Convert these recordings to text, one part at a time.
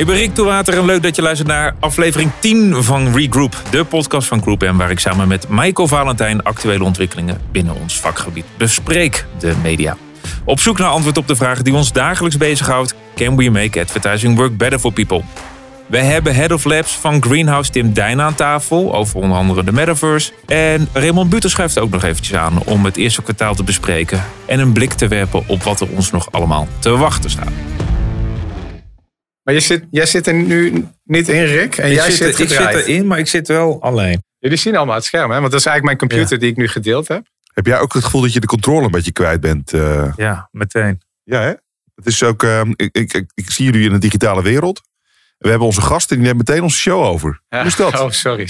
Ik ben Rick Toewater en leuk dat je luistert naar aflevering 10 van Regroup. De podcast van GroupM waar ik samen met Michael Valentijn actuele ontwikkelingen binnen ons vakgebied bespreek, de media. Op zoek naar antwoord op de vragen die ons dagelijks bezighoudt. Can we make advertising work better for people? We hebben Head of Labs van Greenhouse Tim Dijn aan tafel over onder andere de Metaverse. En Raymond Buter schuift ook nog eventjes aan om het eerste kwartaal te bespreken. En een blik te werpen op wat er ons nog allemaal te wachten staat. Maar jij zit er nu niet in, Rick? En ik zit erin, maar ik zit wel alleen. Jullie zien allemaal het scherm, hè? Want dat is eigenlijk mijn computer die ik nu gedeeld heb. Heb jij ook het gevoel dat je de controle een beetje kwijt bent? Ja, meteen. Ja, hè? Het is ook, ik zie jullie in de digitale wereld. We hebben onze gasten, die nemen meteen onze show over. Ja. Hoe is dat? Oh, sorry.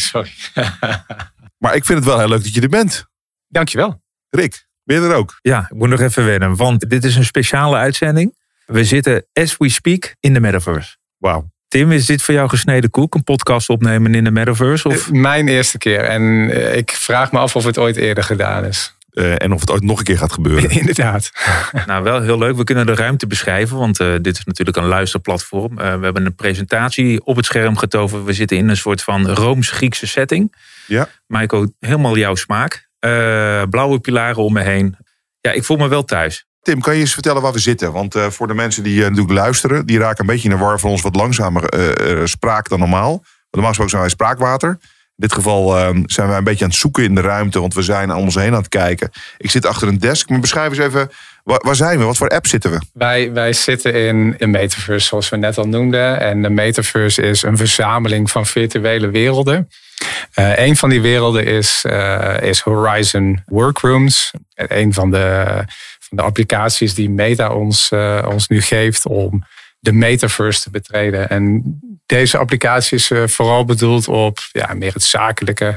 Maar ik vind het wel heel leuk dat je er bent. Dankjewel. Rick, ben je er ook? Ja, ik moet nog even wennen, want dit is een speciale uitzending. We zitten, as we speak, in de Metaverse. Wauw. Tim, is dit voor jou gesneden koek? Een podcast opnemen in de Metaverse? Of? Mijn eerste keer. En ik vraag me af of het ooit eerder gedaan is. En of het ooit nog een keer gaat gebeuren. Inderdaad. Nou, wel heel leuk. We kunnen de ruimte beschrijven, want dit is natuurlijk een luisterplatform. We hebben een presentatie op het scherm getoverd. We zitten in een soort van Rooms-Griekse setting. Ja. Michael, helemaal jouw smaak. Blauwe pilaren om me heen. Ja, ik voel me wel thuis. Tim, kan je eens vertellen waar we zitten? Want voor de mensen die natuurlijk luisteren, die raken een beetje in de war van ons wat langzamer spraak dan normaal. Normaal gesproken zijn wij spraakwater. In dit geval zijn wij een beetje aan het zoeken in de ruimte, want we zijn om ons heen aan het kijken. Ik zit achter een desk, maar beschrijf eens even, waar zijn we? Wat voor app zitten we? Wij zitten in de Metaverse, zoals we net al noemden. En de Metaverse is een verzameling van virtuele werelden. Een van die werelden is Horizon Workrooms. Een van de applicaties die Meta ons nu geeft om de Metaverse te betreden. En deze applicatie is vooral bedoeld op meer het zakelijke.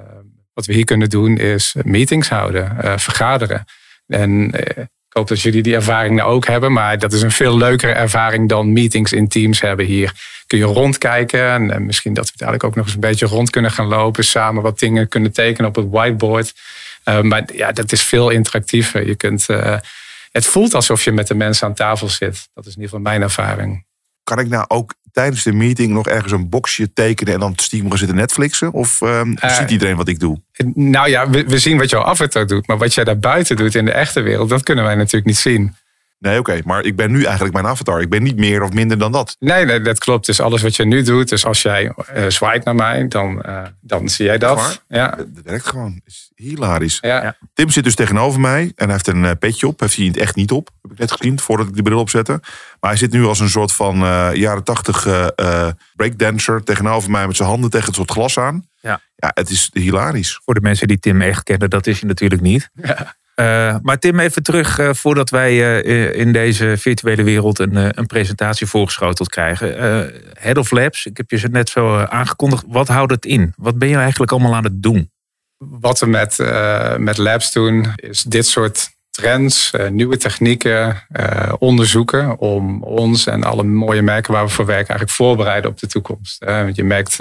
Wat we hier kunnen doen is meetings houden, vergaderen. En ik hoop dat jullie die ervaring nou ook hebben. Maar dat is een veel leukere ervaring dan meetings in Teams hebben. Hier kun je rondkijken. En misschien dat we dadelijk ook nog eens een beetje rond kunnen gaan lopen. Samen wat dingen kunnen tekenen op het whiteboard. Maar ja, dat is veel interactiever. Je kunt, het voelt alsof je met de mensen aan tafel zit. Dat is in ieder geval mijn ervaring. Kan ik nou ook tijdens de meeting nog ergens een boxje tekenen en dan stiekem gaan zitten Netflixen? Of ziet iedereen wat ik doe? Nou ja, we zien wat jouw avatar doet. Maar wat jij daar buiten doet in de echte wereld, dat kunnen wij natuurlijk niet zien. Nee, oké. Maar ik ben nu eigenlijk mijn avatar. Ik ben niet meer of minder dan dat. Nee, dat klopt. Dus alles wat je nu doet. Dus als jij swipe naar mij, dan zie jij dat. Ja. Dat werkt gewoon. Het is hilarisch. Ja. Tim zit dus tegenover mij en hij heeft een petje op. Heeft hij het echt niet op. Heb ik net gezien voordat ik de bril opzette. Maar hij zit nu als een soort van jaren 80 breakdancer tegenover mij met zijn handen tegen het soort glas aan. Ja, het is hilarisch. Voor de mensen die Tim echt kennen, dat is hij natuurlijk niet. Ja. Maar Tim, even terug voordat wij in deze virtuele wereld een presentatie voorgeschoteld krijgen. Head of Labs, ik heb je net zo aangekondigd. Wat houdt het in? Wat ben je eigenlijk allemaal aan het doen? Wat we met Labs doen, is dit soort trends, nieuwe technieken onderzoeken om ons en alle mooie merken waar we voor werken eigenlijk voorbereiden op de toekomst. Want je merkt,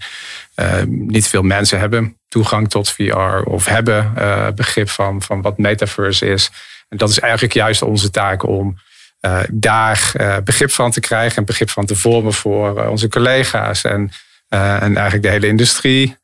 niet veel mensen hebben toegang tot VR of hebben begrip van wat Metaverse is. En dat is eigenlijk juist onze taak om daar begrip van te krijgen en begrip van te vormen voor onze collega's en eigenlijk de hele industrie.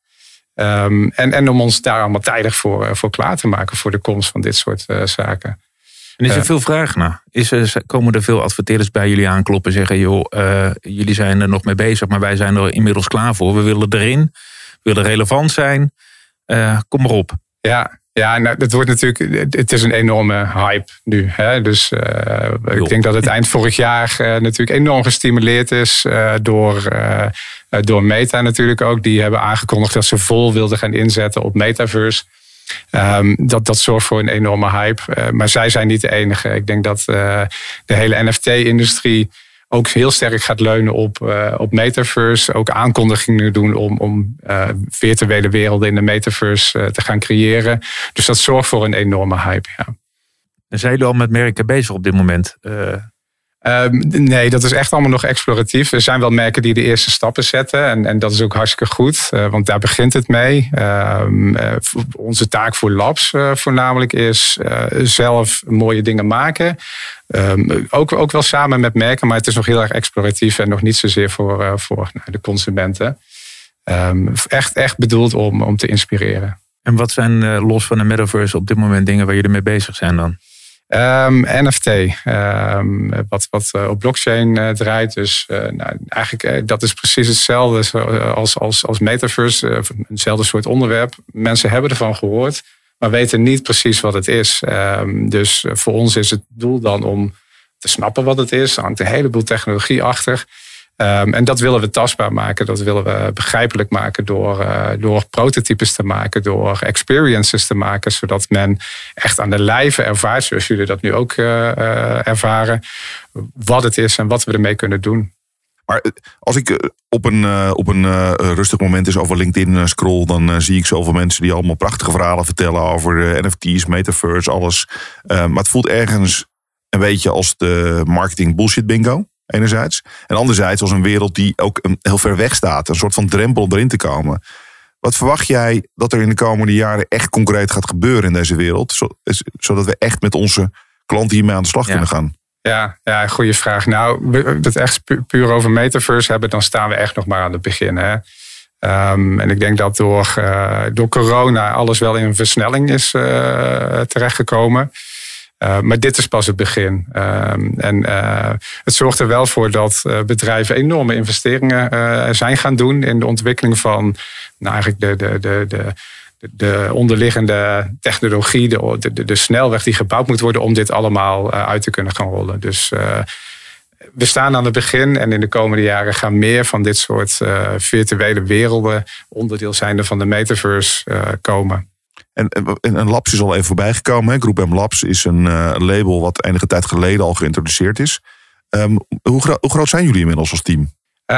En om ons daar allemaal tijdig voor klaar te maken voor de komst van dit soort zaken. En is er veel vraag naar? Komen er veel adverteerders bij jullie aankloppen en zeggen, joh, jullie zijn er nog mee bezig, maar wij zijn er inmiddels klaar voor. We willen erin, we willen relevant zijn. Kom maar op. Ja, nou, het wordt natuurlijk, het is een enorme hype nu. Hè? Dus ik denk dat het eind vorig jaar natuurlijk enorm gestimuleerd is door Meta natuurlijk ook. Die hebben aangekondigd dat ze vol wilden gaan inzetten op Metaverse. Dat zorgt voor een enorme hype. Maar zij zijn niet de enige. Ik denk dat de hele NFT-industrie ook heel sterk gaat leunen op Metaverse. Ook aankondigingen doen om virtuele werelden in de Metaverse te gaan creëren. Dus dat zorgt voor een enorme hype. Ja. En zijn jullie al met merken bezig op dit moment? Nee, dat is echt allemaal nog exploratief. Er zijn wel merken die de eerste stappen zetten. En dat is ook hartstikke goed. Want daar begint het mee. Onze taak voor Labs voornamelijk is zelf mooie dingen maken. Ook wel samen met merken. Maar het is nog heel erg exploratief. En nog niet zozeer voor de consumenten. Echt bedoeld om te inspireren. En wat zijn los van de metaverse op dit moment dingen waar jullie mee bezig zijn dan? NFT, wat op blockchain draait. Dus eigenlijk dat is precies hetzelfde als metaverse. Eenzelfde soort onderwerp. Mensen hebben ervan gehoord, maar weten niet precies wat het is. Dus voor ons is het doel dan om te snappen wat het is. Er hangt een heleboel technologie achter. En dat willen we tastbaar maken. Dat willen we begrijpelijk maken door prototypes te maken. Door experiences te maken. Zodat men echt aan de lijve ervaart. Zoals jullie dat nu ook ervaren. Wat het is en wat we ermee kunnen doen. Maar als ik op een rustig moment eens over LinkedIn scroll, dan zie ik zoveel mensen die allemaal prachtige verhalen vertellen over NFT's, metaverse, alles. Maar het voelt ergens een beetje als de marketing bullshit bingo. Enerzijds. En anderzijds als een wereld die ook heel ver weg staat. Een soort van drempel om erin te komen. Wat verwacht jij dat er in de komende jaren echt concreet gaat gebeuren in deze wereld? Zodat we echt met onze klanten hiermee aan de slag kunnen gaan. Ja, goede vraag. Nou, we het echt puur over metaverse hebben, dan staan we echt nog maar aan het begin. Hè? En ik denk dat door corona alles wel in een versnelling is terechtgekomen. Maar dit is pas het begin. Het zorgt er wel voor dat bedrijven enorme investeringen zijn gaan doen in de ontwikkeling van eigenlijk de onderliggende technologie, de snelweg die gebouwd moet worden om dit allemaal uit te kunnen gaan rollen. Dus we staan aan het begin en in de komende jaren gaan meer van dit soort virtuele werelden, onderdeel zijnde van de metaverse, komen. En Labs is al even voorbij gekomen. Group M Labs is een label wat enige tijd geleden al geïntroduceerd is. Hoe groot zijn jullie inmiddels als team?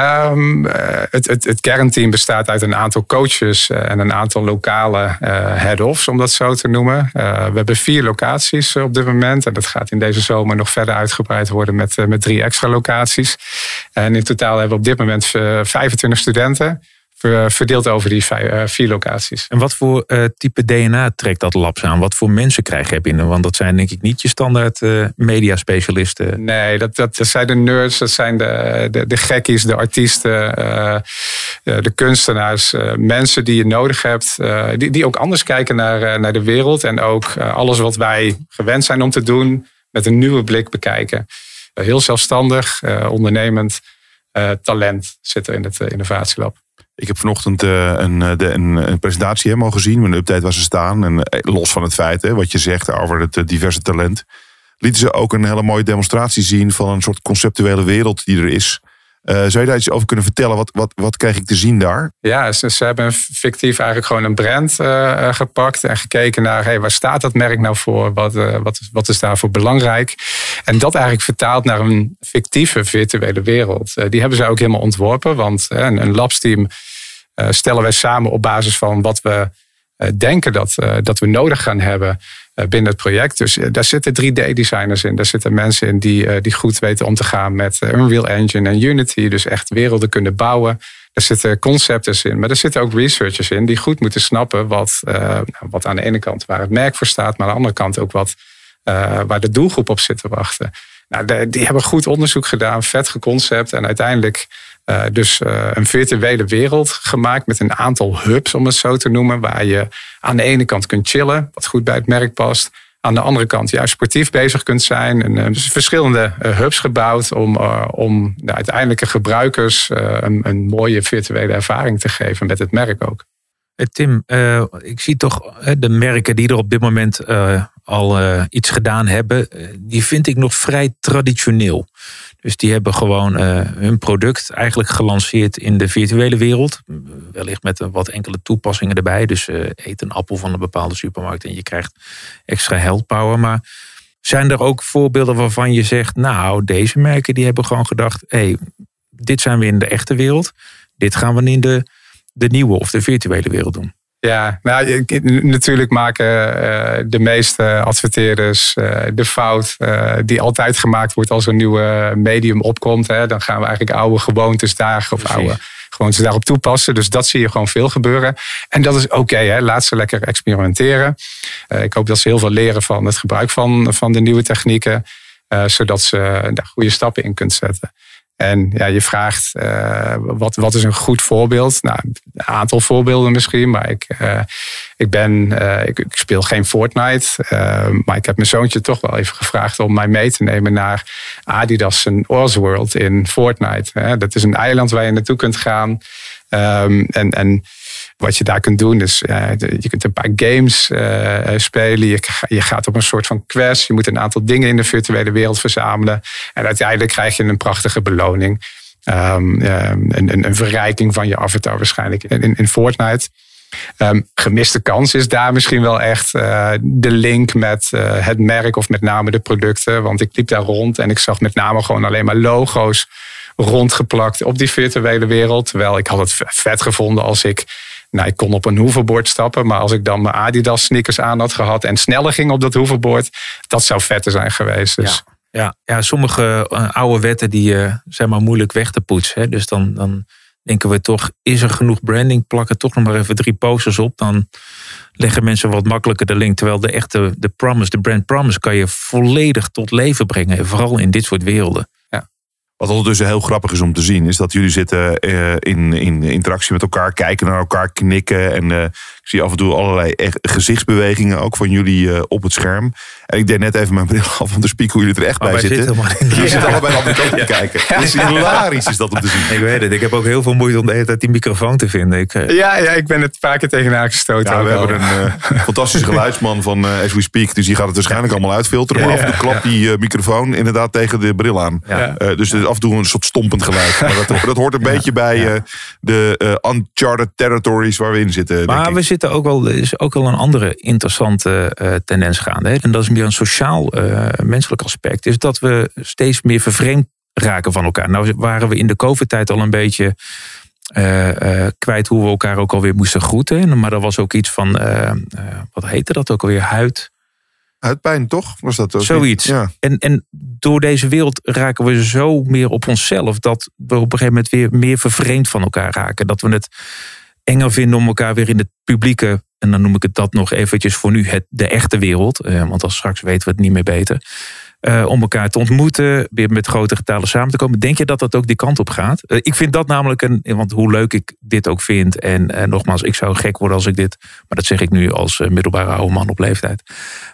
Het kernteam bestaat uit een aantal coaches en een aantal lokale head-offs, om dat zo te noemen. We hebben 4 locaties op dit moment. En dat gaat in deze zomer nog verder uitgebreid worden met 3 extra locaties. En in totaal hebben we op dit moment 25 studenten. Verdeeld over die 4 locaties. En wat voor type DNA trekt dat Labs aan? Wat voor mensen krijg je binnen? Want dat zijn denk ik niet je standaard mediaspecialisten. Nee, dat zijn de nerds, dat zijn de gekkies, de artiesten, de kunstenaars. Mensen die je nodig hebt, die ook anders kijken naar de wereld. En ook alles wat wij gewend zijn om te doen, met een nieuwe blik bekijken. Heel zelfstandig, ondernemend talent zit er in het innovatielab. Ik heb vanochtend een presentatie mogen zien, een update waar ze staan. En los van het feit, wat je zegt over het diverse talent, lieten ze ook een hele mooie demonstratie zien van een soort conceptuele wereld die er is. Zou je daar iets over kunnen vertellen? Wat kreeg ik te zien daar? Ja, ze hebben fictief eigenlijk gewoon een brand gepakt en gekeken naar waar staat dat merk nou voor? Wat is daarvoor belangrijk? En dat eigenlijk vertaald naar een fictieve virtuele wereld. Die hebben zij ook helemaal ontworpen, want een labsteam stellen wij samen op basis van wat we denken dat we nodig gaan hebben binnen het project. Dus daar zitten 3D-designers in. Daar zitten mensen in die goed weten om te gaan met Unreal Engine en Unity. Dus echt werelden kunnen bouwen. Er zitten concepters in. Maar er zitten ook researchers in die goed moeten snappen wat aan de ene kant waar het merk voor staat. Maar aan de andere kant ook waar de doelgroep op zit te wachten. Nou, die hebben goed onderzoek gedaan, vet geconcept. En uiteindelijk een virtuele wereld gemaakt met een aantal hubs, om het zo te noemen. Waar je aan de ene kant kunt chillen, wat goed bij het merk past. Aan de andere kant juist sportief bezig kunt zijn. En dus verschillende hubs gebouwd om de uiteindelijke gebruikers een mooie virtuele ervaring te geven met het merk ook. Tim, ik zie toch de merken die er op dit moment al iets gedaan hebben, die vind ik nog vrij traditioneel. Dus die hebben gewoon hun product eigenlijk gelanceerd in de virtuele wereld. Wellicht met wat enkele toepassingen erbij. Dus eet een appel van een bepaalde supermarkt en je krijgt extra health power. Maar zijn er ook voorbeelden waarvan je zegt, nou, deze merken die hebben gewoon gedacht, dit zijn we in de echte wereld. Dit gaan we in de nieuwe of de virtuele wereld doen. Ja, nou, natuurlijk maken de meeste adverteerders de fout die altijd gemaakt wordt als een nieuwe medium opkomt. Hè. Dan gaan we eigenlijk oude gewoontes daarop toepassen. Dus dat zie je gewoon veel gebeuren. En dat is oké. Laat ze lekker experimenteren. Ik hoop dat ze heel veel leren van het gebruik van de nieuwe technieken. Zodat ze daar goede stappen in kunt zetten. En ja, je vraagt, wat is een goed voorbeeld? Nou, een aantal voorbeelden misschien. Maar ik speel geen Fortnite. Maar ik heb mijn zoontje toch wel even gevraagd om mij mee te nemen naar Adidas en Osworld in Fortnite. Dat is een eiland waar je naartoe kunt gaan. En wat je daar kunt doen is, je kunt een paar games spelen. Je gaat op een soort van quest. Je moet een aantal dingen in de virtuele wereld verzamelen. En uiteindelijk krijg je een prachtige beloning. Een verrijking van je avatar waarschijnlijk in Fortnite. Gemiste kans is daar misschien wel echt de link met het merk of met name de producten. Want ik liep daar rond en ik zag met name gewoon alleen maar logo's rondgeplakt op die virtuele wereld. Terwijl ik had het vet gevonden als ik kon op een hoverboard stappen. Maar als ik dan mijn Adidas sneakers aan had gehad en sneller ging op dat hoverboard, dat zou vetter zijn geweest. Dus. Ja, sommige oude wetten die zijn maar moeilijk weg te poetsen. Hè? Dus dan denken we toch, is er genoeg branding? Plakken toch nog maar even 3 posters op. Dan leggen mensen wat makkelijker de link. Terwijl de brand promise kan je volledig tot leven brengen. Vooral in dit soort werelden. Wat ondertussen heel grappig is om te zien, is dat jullie zitten in interactie met elkaar, kijken naar elkaar, knikken. En ik zie af en toe allerlei gezichtsbewegingen ook van jullie op het scherm. En ik deed net even mijn bril af om te spieken hoe jullie er echt bij zitten. Jullie zitten allebei aan de kant te kijken. Het is hilarisch is dat om te zien. Ik weet het, ik heb ook heel veel moeite om de hele tijd die microfoon te vinden. Ik ben het vaker tegenaan gestoten. Ja, we hebben een fantastische geluidsman van As We Speak. Dus die gaat het waarschijnlijk allemaal uitfilteren. Maar af en toe klapt die microfoon inderdaad tegen de bril aan. Ja. Dus af en toe een soort stompend geluid. Maar dat hoort een beetje bij de uncharted territories waar we in zitten. Maar we zitten ook wel, er is ook wel een andere interessante tendens gaande. Hè? En dat is meer een sociaal, menselijk aspect. Is dat we steeds meer vervreemd raken van elkaar. Nou waren we in de COVID-tijd al een beetje kwijt hoe we elkaar ook alweer moesten groeten. Maar er was ook iets van, wat heette dat ook alweer? Huidpijn, toch? Was dat ook zoiets. Ja. En door deze wereld raken we zo meer op onszelf, dat we op een gegeven moment weer meer vervreemd van elkaar raken. Dat we het enger vinden om elkaar weer in het publieke, en dan noem ik het dat nog eventjes voor nu, de echte wereld. Want als straks weten we het niet meer beter. Om elkaar te ontmoeten, weer met grote getalen samen te komen. Denk je dat dat ook die kant op gaat? Ik vind dat namelijk want hoe leuk ik dit ook vind. En nogmaals, ik zou gek worden als ik dit, maar dat zeg ik nu als middelbare oude man op leeftijd.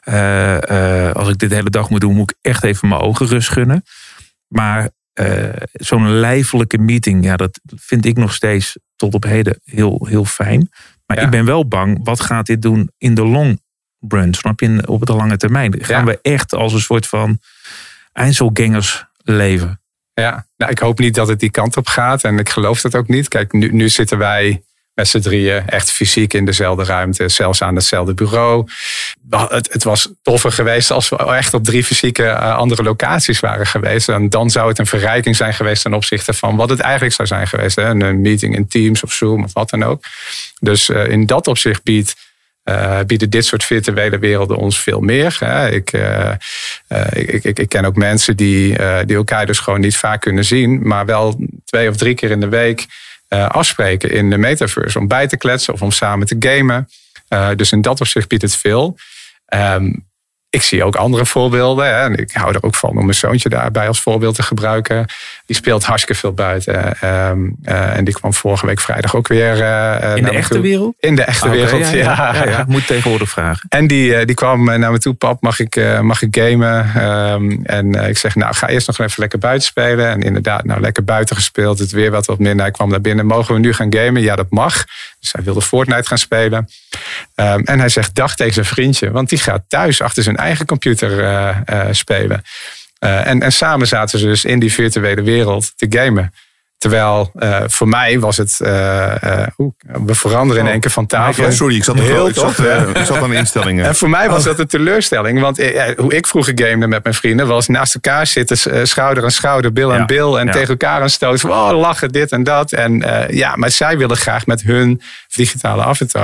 Als ik dit de hele dag moet doen, moet ik echt even mijn ogen rust gunnen. Maar zo'n lijfelijke meeting, ja, dat vind ik nog steeds tot op heden heel, heel fijn. Maar ik ben wel bang, wat gaat dit doen in de long run? Snap je, op de lange termijn? Gaan we echt als een soort van Einzelgangers leven? Ja, nou, ik hoop niet dat het die kant op gaat. En ik geloof dat ook niet. Kijk, nu zitten wij met z'n drieën echt fysiek in dezelfde ruimte. Zelfs aan hetzelfde bureau. Het was toffer geweest als we echt op 3 fysieke andere locaties waren geweest. En dan zou het een verrijking zijn geweest ten opzichte van wat het eigenlijk zou zijn geweest. Hè? Een meeting in Teams of Zoom of wat dan ook. Dus in dat opzicht bieden dit soort virtuele werelden ons veel meer. Ik ken ook mensen die elkaar dus gewoon niet vaak kunnen zien, maar wel 2 of 3 keer in de week afspreken in de metaverse om bij te kletsen of om samen te gamen. Dus in dat opzicht biedt het veel. Ik zie ook andere voorbeelden. En ik hou er ook van om mijn zoontje daarbij als voorbeeld te gebruiken. Die speelt hartstikke veel buiten. En die kwam vorige week vrijdag ook weer. In de echte wereld? In de echte wereld, ja. Moet tegenwoordig vragen. En die kwam naar me toe. Pap, mag ik gamen? En ik zeg, nou, ga eerst nog even lekker buiten spelen. En inderdaad, nou, lekker buiten gespeeld. Het weer wat minder. Hij kwam naar binnen. Mogen we nu gaan gamen? Ja, dat mag. Dus hij wilde Fortnite gaan spelen. En hij zegt dag tegen zijn vriendje. Want die gaat thuis achter zijn eigen computer spelen. En samen zaten ze dus in die virtuele wereld te gamen. Terwijl voor mij was het... we veranderen in één keer van tafel. Ja, sorry, ik zat aan de instellingen. En voor mij was dat een teleurstelling. Want hoe ik vroeger gamede met mijn vrienden was naast elkaar zitten, schouder aan schouder, bil aan bil. En tegen elkaar aan stoot van lachen, dit en dat. Maar zij willen graag met hun digitale avatar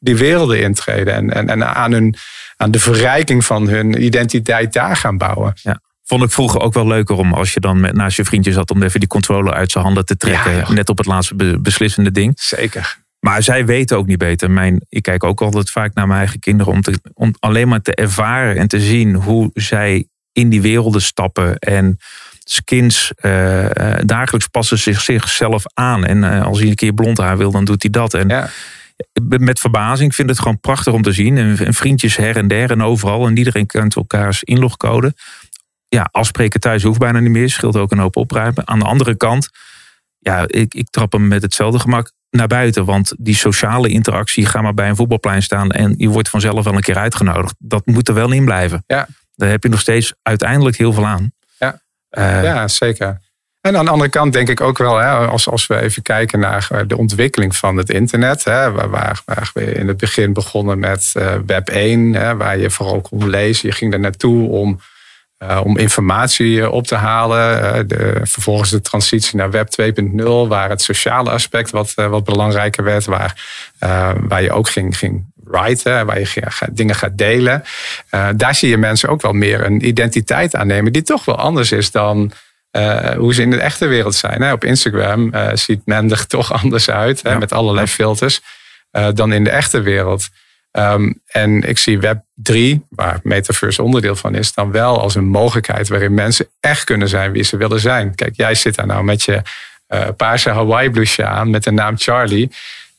die werelden intreden. En aan de verrijking van hun identiteit daar gaan bouwen. Ja. Vond ik vroeger ook wel leuker om als je dan naast je vriendje zat om even die controller uit zijn handen te trekken. Ja, net op het laatste beslissende ding. Zeker. Maar zij weten ook niet beter. Ik kijk ook altijd vaak naar mijn eigen kinderen om alleen maar te ervaren en te zien hoe zij in die werelden stappen. En skins dagelijks passen zichzelf aan. En als hij een keer blond haar wil, dan doet hij dat. En met verbazing, ik vind het gewoon prachtig om te zien. En vriendjes her en der en overal. En iedereen kent elkaars inlogcode. Ja, afspreken thuis hoeft bijna niet meer. Scheelt ook een hoop opruimen. Aan de andere kant, ik trap hem met hetzelfde gemak naar buiten. Want die sociale interactie, ga maar bij een voetbalplein staan en je wordt vanzelf wel een keer uitgenodigd. Dat moet er wel in blijven. Ja. Daar heb je nog steeds uiteindelijk heel veel aan. Ja, zeker. En aan de andere kant denk ik ook wel, als we even kijken naar de ontwikkeling van het internet. Waar we in het begin begonnen met Web 1, waar je vooral kon lezen. Je ging er naartoe om informatie op te halen. Vervolgens de transitie naar Web 2.0, waar het sociale aspect wat belangrijker werd. Waar je ook ging writen, waar je dingen gaat delen. Daar zie je mensen ook wel meer een identiteit aannemen die toch wel anders is dan hoe ze in de echte wereld zijn. Op Instagram ziet men er toch anders uit, met allerlei filters, dan in de echte wereld. En ik zie Web 3, waar Metaverse onderdeel van is, dan wel als een mogelijkheid waarin mensen echt kunnen zijn wie ze willen zijn. Kijk, jij zit daar nou met je paarse Hawaii blouseje aan met de naam Charlie.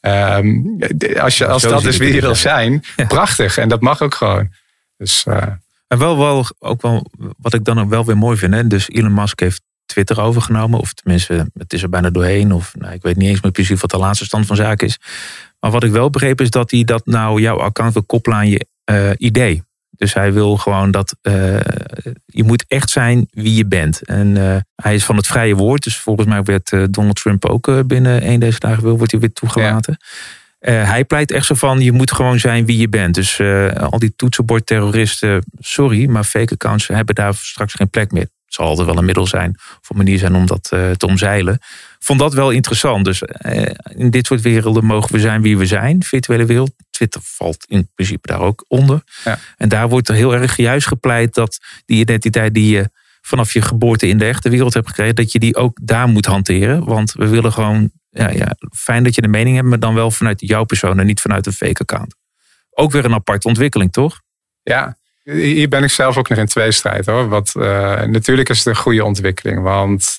Als dat is wie je wil zijn, prachtig. En dat mag ook gewoon. Dus, en wel wat ik dan ook wel weer mooi vind. Hè? Dus Elon Musk heeft Twitter overgenomen. Of tenminste, het is er bijna doorheen. Of ik weet niet eens meer precies wat de laatste stand van zaken is. Maar wat ik wel begreep is dat hij dat nou jouw account wil koppelen aan je idee. Dus hij wil gewoon dat je moet echt zijn wie je bent. En hij is van het vrije woord. Dus volgens mij werd Donald Trump ook binnen 1 deze dagen wordt hij weer toegelaten. Ja. Hij pleit echt zo van, je moet gewoon zijn wie je bent. Dus al die toetsenbordterroristen, sorry, maar fake accounts hebben daar straks geen plek meer. Het zal altijd wel een middel zijn, of een manier zijn om dat te omzeilen. Vond dat wel interessant. Dus in dit soort werelden mogen we zijn wie we zijn. Virtuele wereld. Twitter valt in principe daar ook onder. Ja. En daar wordt er heel erg juist gepleit dat die identiteit die je vanaf je geboorte in de echte wereld hebt gekregen, dat je die ook daar moet hanteren. Want we willen gewoon, fijn dat je de mening hebt, maar dan wel vanuit jouw persoon en niet vanuit een fake account. Ook weer een aparte ontwikkeling, toch? Ja. Hier ben ik zelf ook nog in tweestrijd, hoor. Natuurlijk is het een goede ontwikkeling. Want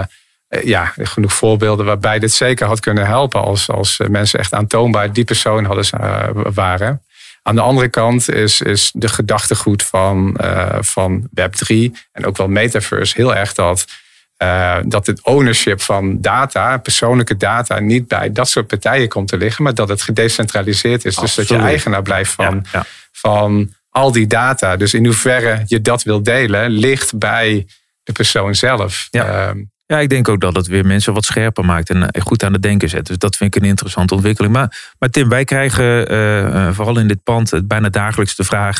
genoeg voorbeelden waarbij dit zeker had kunnen helpen als mensen echt aantoonbaar die persoon waren. Aan de andere kant is de gedachtegoed van Web 3 en ook wel Metaverse heel erg dat het ownership van data, persoonlijke data, niet bij dat soort partijen komt te liggen, maar dat het gedecentraliseerd is. Absoluut. Dus dat je eigenaar blijft van al die data. Dus in hoeverre je dat wil delen, ligt bij de persoon zelf. Ja, ik denk ook dat het weer mensen wat scherper maakt en goed aan het denken zet. Dus dat vind ik een interessante ontwikkeling. Maar Tim, wij krijgen vooral in dit pand bijna dagelijks de vraag,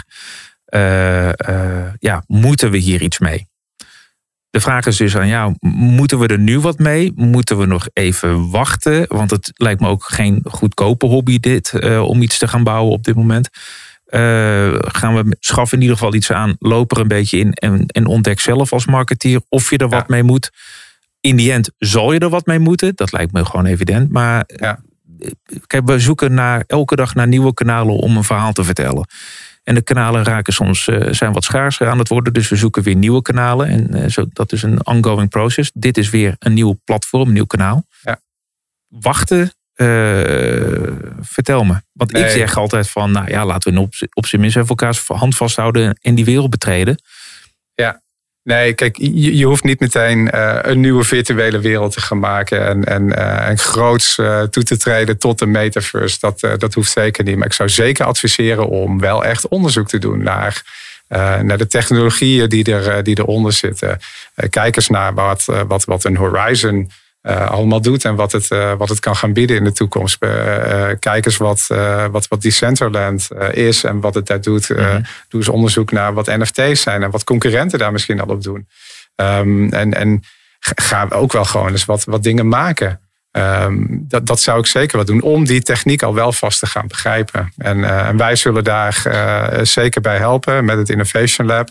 moeten we hier iets mee? De vraag is dus aan jou, moeten we er nu wat mee? Moeten we nog even wachten? Want het lijkt me ook geen goedkope hobby dit, om iets te gaan bouwen op dit moment. Schaf in ieder geval iets aan, loop er een beetje in en ontdek zelf als marketeer of je er wat mee moet. In die end zal je er wat mee moeten, dat lijkt me gewoon evident. Maar kijk, we zoeken elke dag naar nieuwe kanalen om een verhaal te vertellen. En de kanalen zijn wat schaarser aan het worden, dus we zoeken weer nieuwe kanalen. En dat is een ongoing process. Dit is weer een nieuw platform, een nieuw kanaal. Ja. Wachten. Vertel me. Want ik zeg altijd van, laten we op zijn minst even elkaars hand vasthouden en die wereld betreden. Ja, nee, kijk, je hoeft niet meteen een nieuwe virtuele wereld te gaan maken en groots toe te treden tot de metaverse. Dat hoeft zeker niet. Maar ik zou zeker adviseren om wel echt onderzoek te doen naar de technologieën die eronder zitten. Kijk eens naar wat een Horizon allemaal doet en wat het kan gaan bieden in de toekomst. Kijk eens wat Decentraland is en wat het daar doet. Doe eens onderzoek naar wat NFT's zijn en wat concurrenten daar misschien al op doen. En ga ook wel gewoon eens wat dingen maken. Dat zou ik zeker wel doen. Om die techniek al wel vast te gaan begrijpen. En wij zullen daar zeker bij helpen met het Innovation Lab.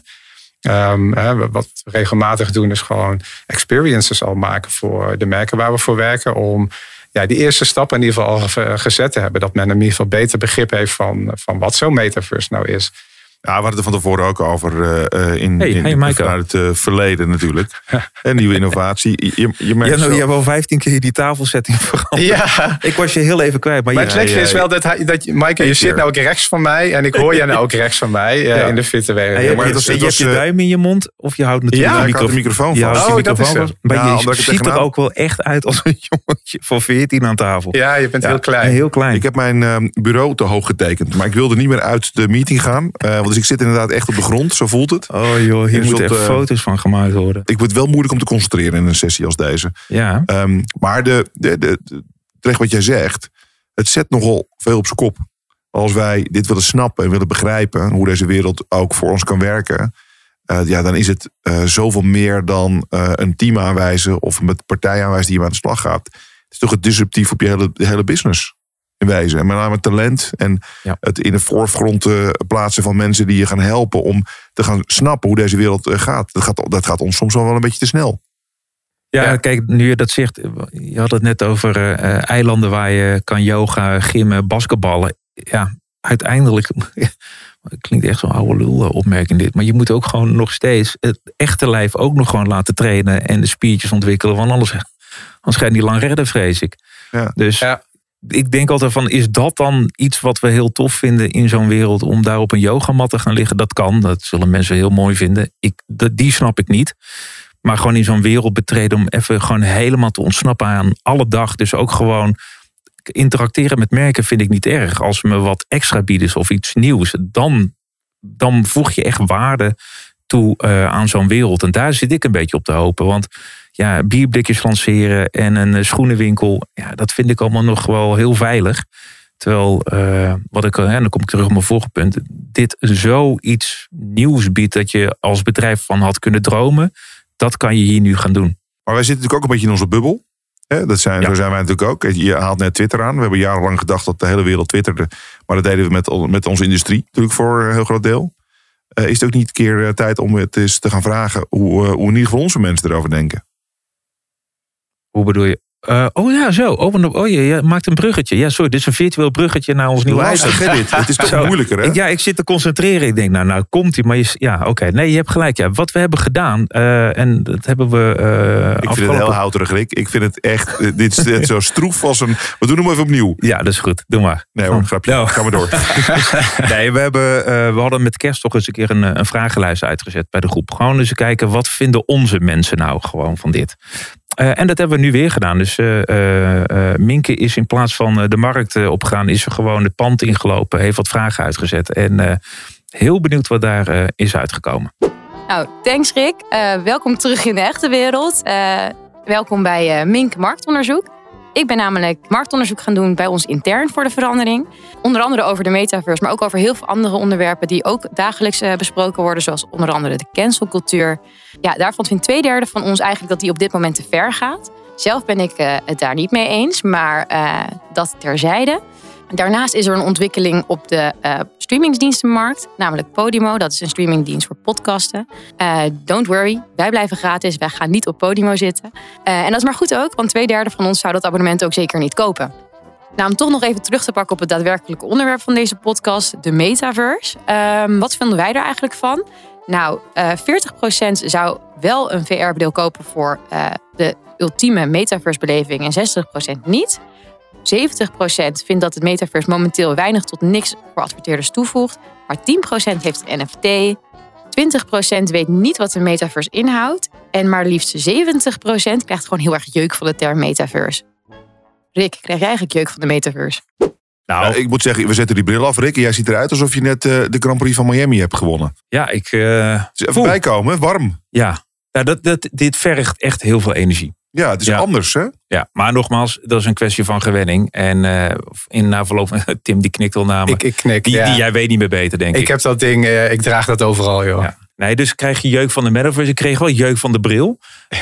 Wat we regelmatig doen is gewoon experiences al maken voor de merken waar we voor werken. Om die eerste stap in ieder geval al gezet te hebben. Dat men in ieder geval beter begrip heeft van wat zo'n metaverse nou is. Ja, we hadden het er van tevoren ook over vanuit het verleden natuurlijk. En nieuwe innovatie. Je merkt je hebt wel 15 keer die tafelsetting veranderd. Ja. Ik was je heel even kwijt. Maar het lekje is wel dat Maaike, je zit nou ook rechts van mij. En ik hoor je nou ook rechts van mij in de virtuele wereld. Je hebt je duim in je mond of je houdt natuurlijk de microfoon vast. Dat is het. Maar je ziet er ook wel echt uit als een jongetje van 14 aan tafel. Ja, je bent heel klein. Heel klein. Ik heb mijn bureau te hoog getekend. Maar ik wilde niet meer uit de meeting gaan. Want ik zit inderdaad echt op de grond, zo voelt het. Oh joh, hier moeten echt foto's van gemaakt worden. Ik word wel moeilijk om te concentreren in een sessie als deze. Ja. Maar terecht wat jij zegt, het zet nogal veel op zijn kop. Als wij dit willen snappen en willen begrijpen, hoe deze wereld ook voor ons kan werken, dan is het zoveel meer dan een team aanwijzen of met partij aanwijzen die je aan de slag gaat. Het is toch het disruptief op je hele business. In wezen. En met name talent en het in de voorgrond plaatsen van mensen die je gaan helpen om te gaan snappen hoe deze wereld gaat. Dat gaat ons soms wel een beetje te snel. Ja, kijk, nu je dat zegt, je had het net over eilanden waar je kan yoga, gymmen, basketballen. Ja, uiteindelijk, het klinkt echt zo'n oude lul opmerking dit, maar je moet ook gewoon nog steeds het echte lijf ook nog gewoon laten trainen en de spiertjes ontwikkelen, want anders ga je niet lang redden, vrees ik. Ja. Dus ik denk altijd van, is dat dan iets wat we heel tof vinden in zo'n wereld om daar op een yogamat te gaan liggen? Dat kan, dat zullen mensen heel mooi vinden. Die snap ik niet. Maar gewoon in zo'n wereld betreden om even gewoon helemaal te ontsnappen aan alle dag. Dus ook gewoon interacteren met merken vind ik niet erg. Als ze me wat extra bieden of iets nieuws, dan voeg je echt waarde toe aan zo'n wereld. En daar zit ik een beetje op te hopen. Want ja, bierblikjes lanceren en een schoenenwinkel, ja, dat vind ik allemaal nog wel heel veilig. Terwijl, dan kom ik terug op mijn vorige punt, dit zoiets nieuws biedt dat je als bedrijf van had kunnen dromen, dat kan je hier nu gaan doen. Maar wij zitten natuurlijk ook een beetje in onze bubbel. Zo zijn wij natuurlijk ook. Je haalt net Twitter aan. We hebben jarenlang gedacht dat de hele wereld twitterde. Maar dat deden we met onze industrie natuurlijk voor een heel groot deel. Is het ook niet een keer tijd om het eens te gaan vragen hoe in ieder geval onze mensen erover denken? Hoe bedoel je? Je maakt een bruggetje. Ja, sorry, dit is een virtueel bruggetje naar ons nieuwe lastig, hè, dit? Het is toch moeilijker, hè? Ik zit te concentreren. Ik denk, nou komt-ie. Maar nee, je hebt gelijk. Ja, wat we hebben gedaan, en dat hebben we ik vind het heel houterig, Rick. Ik vind het echt, dit is zo stroef als een... We doen hem even opnieuw. Ja, dat is goed. Doe maar. Nee hoor, grapje. No. Ga maar door. Nee, we hadden met kerst toch eens een keer een vragenlijst uitgezet bij de groep. Gewoon eens kijken, wat vinden onze mensen nou gewoon van dit? En dat hebben we nu weer gedaan. Dus Minke is in plaats van de markt opgegaan, is er gewoon het pand ingelopen, heeft wat vragen uitgezet. En heel benieuwd wat daar is uitgekomen. Nou, thanks Rick. Welkom terug in de echte wereld. Welkom bij Minke Marktonderzoek. Ik ben namelijk marktonderzoek gaan doen bij ons intern voor de verandering. Onder andere over de metaverse, maar ook over heel veel andere onderwerpen die ook dagelijks besproken worden. Zoals onder andere de cancelcultuur. Ja, daarvan vindt 2/3 van ons eigenlijk dat die op dit moment te ver gaat. Zelf ben ik het daar niet mee eens, maar dat terzijde. Daarnaast is er een ontwikkeling op de streamingsdienstenmarkt, namelijk Podimo. Dat is een streamingdienst voor podcasten. Don't worry, wij blijven gratis. Wij gaan niet op Podimo zitten. En dat is maar goed ook, want 2/3 van ons zou dat abonnement ook zeker niet kopen. Nou, om toch nog even terug te pakken op het daadwerkelijke onderwerp van deze podcast, de metaverse. Wat vinden wij er eigenlijk van? Nou, 40% zou wel een VR-bril kopen voor de ultieme metaverse-beleving en 60% niet. 70% vindt dat het metaverse momenteel weinig tot niks voor adverteerders toevoegt. Maar 10% heeft een NFT. 20% weet niet wat de metaverse inhoudt. En maar liefst 70% krijgt gewoon heel erg jeuk van de term metaverse. Rick, krijg jij eigenlijk jeuk van de metaverse? Nou, ik moet zeggen, we zetten die bril af, Rick. En jij ziet eruit alsof je net de Grand Prix van Miami hebt gewonnen. Ja, ik... Dus even bijkomen, warm. Ja, dit vergt echt heel veel energie. Ja, het is anders, hè? Ja, maar nogmaals, dat is een kwestie van gewenning. En na verloop van Tim, die knikt al namelijk. Ik knik, die jij weet niet meer beter, denk ik. Ik heb dat ding, ik draag dat overal, joh. Ja. Nee, dus krijg je jeuk van de metaverse. Ik kreeg wel jeuk van de bril.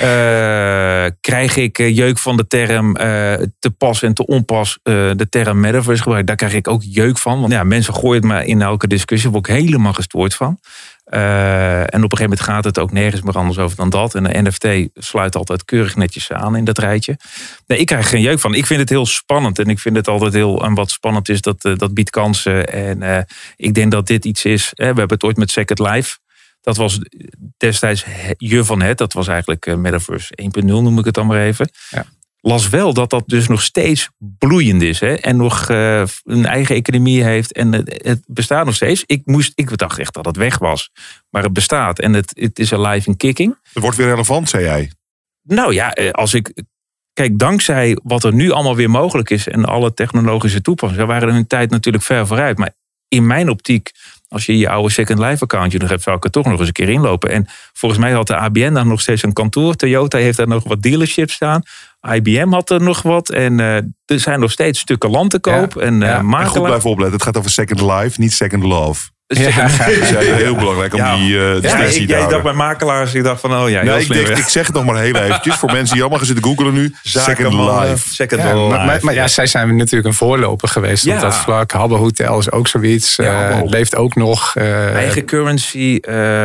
Krijg ik jeuk van de term te pas en te onpas de term metaverse gebruikt. Daar krijg ik ook jeuk van. Want ja, mensen gooien het maar in elke discussie. Daar word ik helemaal gestoord van. En op een gegeven moment gaat het ook nergens meer anders over dan dat. En de NFT sluit altijd keurig netjes aan in dat rijtje. Nee, ik krijg er geen jeuk van. Ik vind het heel spannend. En ik vind het altijd heel... En wat spannend is, dat biedt kansen. En ik denk dat dit iets is... we hebben het ooit met Second Life... Dat was destijds je van het. Dat was eigenlijk Metaverse 1.0 noem ik het dan maar even. Ja. Las wel dat dus nog steeds bloeiend is. Hè? En nog een eigen economie heeft. En het bestaat nog steeds. Ik dacht echt dat het weg was. Maar het bestaat. En het is alive and kicking. Het wordt weer relevant, zei jij. Nou ja, kijk, dankzij wat er nu allemaal weer mogelijk is. En alle technologische toepassingen. Waren er hun tijd natuurlijk ver vooruit. Maar in mijn optiek... Als je oude Second Life accountje nog hebt, zou ik er toch nog eens een keer inlopen. En volgens mij had de ABN daar nog steeds een kantoor. Toyota heeft daar nog wat dealerships staan. IBM had er nog wat. En er zijn nog steeds stukken land te koop. En goed blijven opletten. Het gaat over Second Life, niet Second Love. Dat is heel belangrijk om die discussie te houden. Ik dacht bij makelaars, ik dacht van ik zeg het nog maar heel eventjes. Voor mensen die allemaal gaan zitten googelen nu. Second Life. Maar zij zijn natuurlijk een voorloper geweest op dat vlak. Habbo Hotel is ook zoiets. Leeft ook nog. Eigen currency.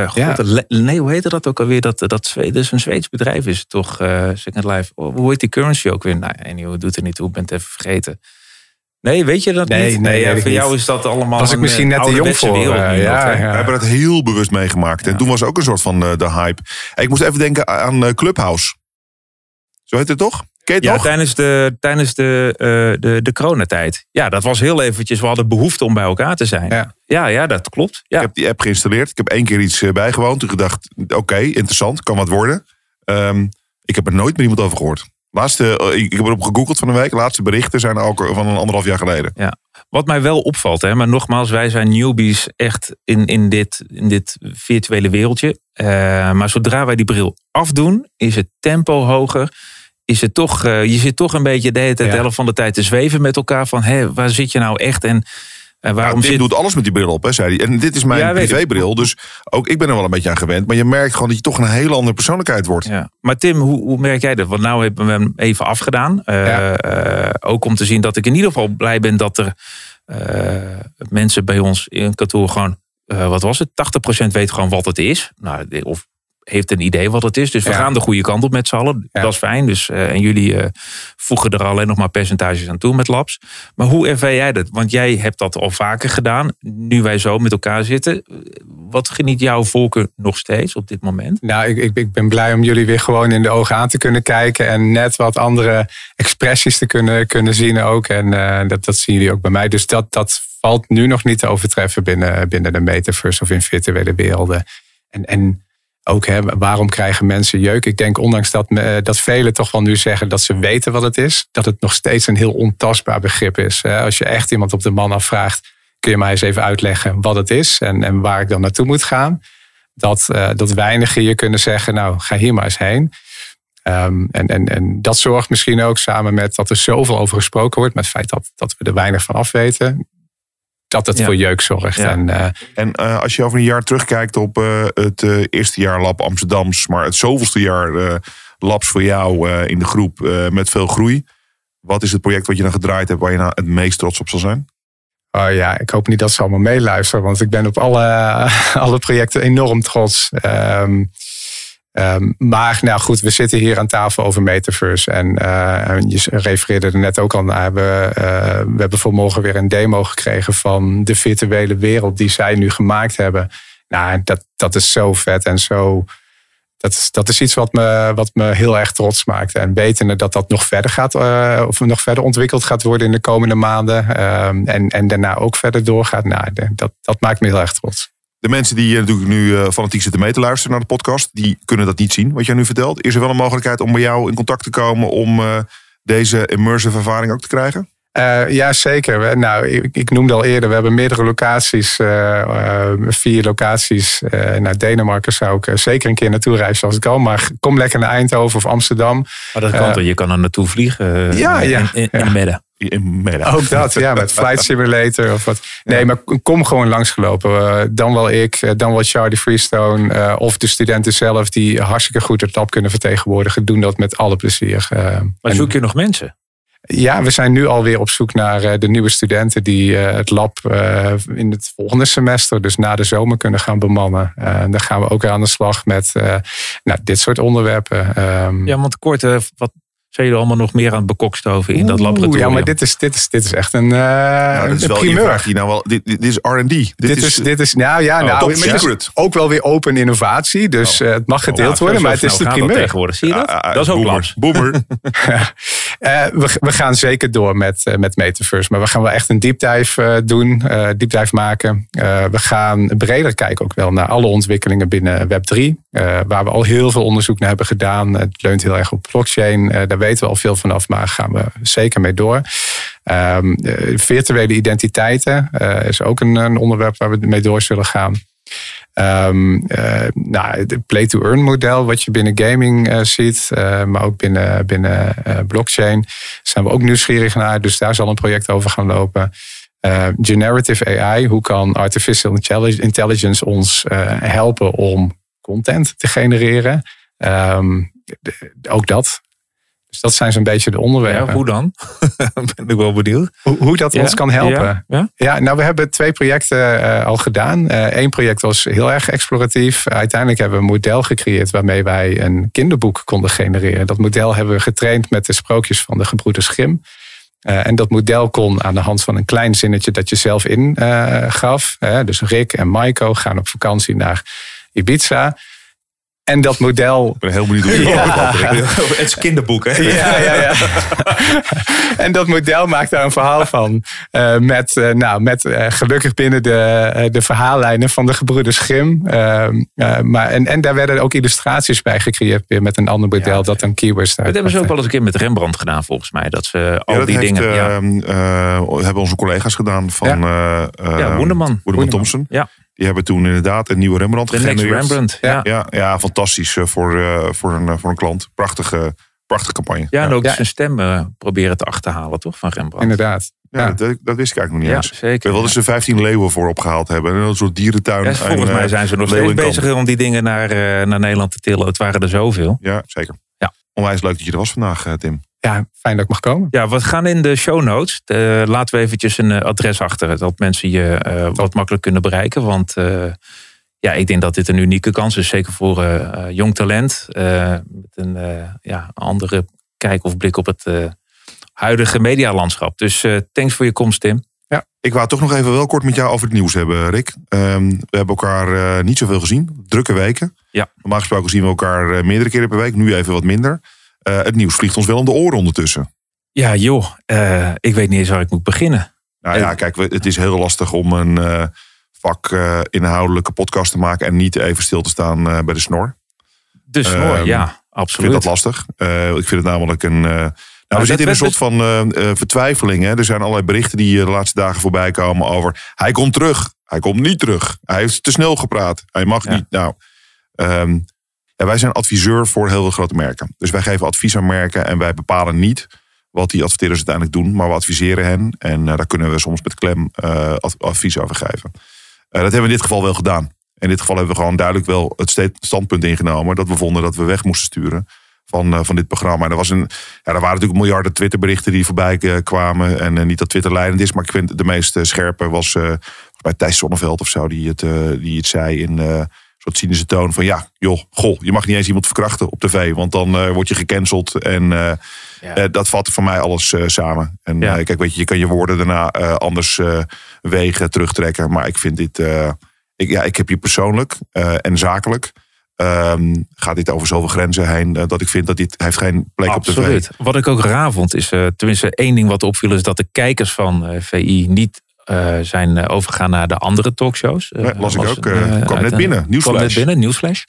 Hoe heette dat ook alweer? Dat een Zweeds bedrijf is toch Second Life. Hoe heet die currency ook weer? Nou, doet er niet toe. Ik ben het even vergeten. Nee, weet je dat niet? Nee, voor jou is dat allemaal was ik misschien net te jong voor. We hebben het heel bewust meegemaakt. En toen was ook een soort van de hype. Ik moest even denken aan Clubhouse. Zo heet het toch? Ken je het nog? Tijdens de coronatijd. Ja, dat was heel eventjes. We hadden behoefte om bij elkaar te zijn. Ja, dat klopt. Ja. Ik heb die app geïnstalleerd. Ik heb 1 keer iets bijgewoond. Toen gedacht, oké, interessant. Kan wat worden. Ik heb er nooit meer iemand over gehoord. Ik heb erop gegoogeld van een week. Laatste berichten zijn ook van 1,5 jaar geleden. Ja. Wat mij wel opvalt, maar nogmaals, wij zijn newbies echt in dit virtuele wereldje. Maar zodra wij die bril afdoen, is het tempo hoger. Is het toch, je zit toch een beetje de helft van de tijd te zweven met elkaar. Van, waar zit je nou echt? En waarom Tim doet alles met die bril op, hè, zei hij. En dit is mijn privébril, dus ook ik ben er wel een beetje aan gewend. Maar je merkt gewoon dat je toch een hele andere persoonlijkheid wordt. Ja. Maar Tim, hoe merk jij dat? Want nou hebben we hem even afgedaan. Ook om te zien dat ik in ieder geval blij ben dat er mensen bij ons in het kantoor gewoon, 80% weet gewoon wat het is. Nou, of heeft een idee wat het is. Dus we gaan de goede kant op met z'n allen. Ja. Dat is fijn. Dus, en jullie voegen er alleen nog maar percentages aan toe met labs. Maar hoe ervaar jij dat? Want jij hebt dat al vaker gedaan. Nu wij zo met elkaar zitten. Wat geniet jouw voorkeur nog steeds op dit moment? Nou, ik ben blij om jullie weer gewoon in de ogen aan te kunnen kijken. En net wat andere expressies te kunnen zien ook. En dat zien jullie ook bij mij. Dus dat valt nu nog niet te overtreffen binnen de metaverse of in virtuele werelden. En ook, waarom krijgen mensen jeuk? Ik denk, ondanks dat velen toch wel nu zeggen dat ze weten wat het is, dat het nog steeds een heel ontastbaar begrip is. Als je echt iemand op de man afvraagt, kun je mij eens even uitleggen wat het is en waar ik dan naartoe moet gaan. Dat weinigen je kunnen zeggen, nou, ga hier maar eens heen. En dat zorgt misschien ook samen met dat er zoveel over gesproken wordt, met het feit dat we er weinig van af weten, dat het voor jeuk zorgt. Ja. En als je over een jaar terugkijkt op het eerste jaar Lab Amsterdams, maar het zoveelste jaar Labs voor jou in de groep met veel groei. Wat is het project wat je dan gedraaid hebt waar je nou het meest trots op zal zijn? Oh ja, ik hoop niet dat ze allemaal meeluisteren, want ik ben op alle projecten enorm trots. Maar nou goed, we zitten hier aan tafel over Metaverse. En je refereerde er net ook al naar. We hebben vanmorgen weer een demo gekregen van de virtuele wereld die zij nu gemaakt hebben. Nou, dat is zo vet en zo. Dat is iets wat me heel erg trots maakt. En wetende dat nog verder gaat, of nog verder ontwikkeld gaat worden in de komende maanden. En daarna ook verder doorgaat. Nou, dat maakt me heel erg trots. De mensen die natuurlijk nu fanatiek zitten mee te luisteren naar de podcast, die kunnen dat niet zien wat jij nu vertelt. Is er wel een mogelijkheid om bij jou in contact te komen om deze immersive ervaring ook te krijgen? Ja, zeker. Nou, ik noemde al eerder, we hebben meerdere locaties, 4 locaties. Naar Denemarken zou ik zeker een keer naartoe reizen als ik al. Maar kom lekker naar Eindhoven of Amsterdam. Maar dat kan toch? Je kan er naartoe vliegen in Medden. in Meda. Ook dat, ja, met Flight Simulator of wat. Nee, maar kom gewoon langsgelopen. Dan wel ik, dan wel Charlie Freestone. Of de studenten zelf die hartstikke goed het lab kunnen vertegenwoordigen. Doen dat met alle plezier. Maar zoek je nog mensen? Ja, we zijn nu alweer op zoek naar de nieuwe studenten die het lab in het volgende semester, dus na de zomer, kunnen gaan bemannen. Dan gaan we ook weer aan de slag met dit soort onderwerpen. Ja, want kort, wat zijn jullie allemaal nog meer aan het bekokstoven in dat laboratorium? Ja, maar dit is echt een dat is wel, primeur. je vraagt hier nou wel, dit is R&D. Dit is top secret. Ook wel weer open innovatie, dus het mag gedeeld worden, maar het is de primeur. Tegenwoordig, zie je dat? Dat is ook labs. Boomer. We gaan zeker door met Metaverse, maar we gaan wel echt een deep dive doen, deep dive maken. We gaan breder kijken ook wel naar alle ontwikkelingen binnen Web3, waar we al heel veel onderzoek naar hebben gedaan. Het leunt heel erg op blockchain, daar weten we al veel vanaf, maar gaan we zeker mee door. Virtuele identiteiten is ook een onderwerp waar we mee door zullen gaan. Het play-to-earn model wat je binnen gaming ziet, maar ook binnen blockchain, zijn we ook nieuwsgierig naar. Dus daar zal een project over gaan lopen. Generative AI, hoe kan artificial intelligence ons helpen om content te genereren? Ook dat. Dus dat zijn zo'n beetje de onderwerpen. Ja, hoe dan? Ben ik wel benieuwd. Hoe dat ons kan helpen. Ja? Nou, we hebben 2 projecten al gedaan. 1 project was heel erg exploratief. Uiteindelijk hebben we een model gecreëerd waarmee wij een kinderboek konden genereren. Dat model hebben we getraind met de sprookjes van de gebroeders Grimm. En dat model kon aan de hand van een klein zinnetje dat je zelf ingaf. Dus Rick en Maiko gaan op vakantie naar Ibiza. En dat model... Ik ben heel benieuwd hoe je Het is kinderboek, hè? Ja. En dat model maakt daar een verhaal van. Met gelukkig binnen de verhaallijnen van de gebroeders Grimm. En daar werden ook illustraties bij gecreëerd weer met een ander model dat dan keywords daar. Dat hebben ze ook wel eens een keer met Rembrandt gedaan, volgens mij. Dat ze al die dingen... hebben onze collega's gedaan van... Woenderman Thompson. Ja. Die hebben toen inderdaad een nieuwe Rembrandt gegenereerd. De Next Rembrandt, ja, fantastisch voor een klant. Prachtige campagne. Ja, en ook zijn stem proberen te achterhalen, toch, van Rembrandt. Inderdaad. Ja, dat wist ik eigenlijk nog niet eens. Zeker. Ik weet wel dat ze 15 leeuwen voor opgehaald hebben. En een soort dierentuin. Ja, volgens mij zijn ze nog steeds bezig om die dingen naar Nederland te tillen. Het waren er zoveel. Ja, zeker. Ja. Onwijs leuk dat je er was vandaag, Tim. Ja, fijn dat ik mag komen. Ja, we gaan in de show notes. Laten we eventjes een adres achter. Dat mensen je wat makkelijk kunnen bereiken. Want ik denk dat dit een unieke kans is. Zeker voor jong talent. Met een andere kijk of blik op het huidige medialandschap. Dus thanks voor je komst, Tim. Ja, ik wou toch nog even wel kort met jou over het nieuws hebben, Rick. We hebben elkaar niet zoveel gezien. Drukke weken. Ja. Normaal gesproken zien we elkaar meerdere keren per week. Nu even wat minder. Het nieuws vliegt ons wel om de oren ondertussen. Ja, joh. Ik weet niet eens waar ik moet beginnen. Nou ja, kijk, het is heel lastig om een vakinhoudelijke podcast te maken en niet even stil te staan bij de snor. De snor, ja, absoluut. Ik vind dat lastig. Ik vind het namelijk een... we zitten in een soort van vertwijfeling. Hè? Er zijn allerlei berichten die de laatste dagen voorbij komen over... Hij komt terug. Hij komt niet terug. Hij heeft te snel gepraat. Hij mag niet. Nou... wij zijn adviseur voor heel veel grote merken. Dus wij geven advies aan merken en wij bepalen niet wat die adverteerders uiteindelijk doen. Maar we adviseren hen en daar kunnen we soms met klem advies over geven. Dat hebben we in dit geval wel gedaan. In dit geval hebben we gewoon duidelijk wel het standpunt ingenomen dat we vonden dat we weg moesten sturen van dit programma. En er waren natuurlijk miljarden Twitterberichten die voorbij kwamen. En niet dat Twitter leidend is, maar ik vind de meest scherpe was bij Thijs Zonneveld of zo die het zei in... soort cynische toon van je mag niet eens iemand verkrachten op tv. Want dan word je gecanceld. En dat vat voor mij alles samen. En kijk, weet je kan je woorden daarna anders wegen, terugtrekken. Maar ik vind dit... ik heb hier persoonlijk en zakelijk... gaat dit over zoveel grenzen heen... dat ik vind dat dit heeft geen plek op tv. Absoluut. Wat ik ook raar vond is... tenminste één ding wat opviel is dat de kijkers van VI niet... zijn overgegaan naar de andere talkshows. Las ik ook. Kwam net binnen. Nieuwsflash.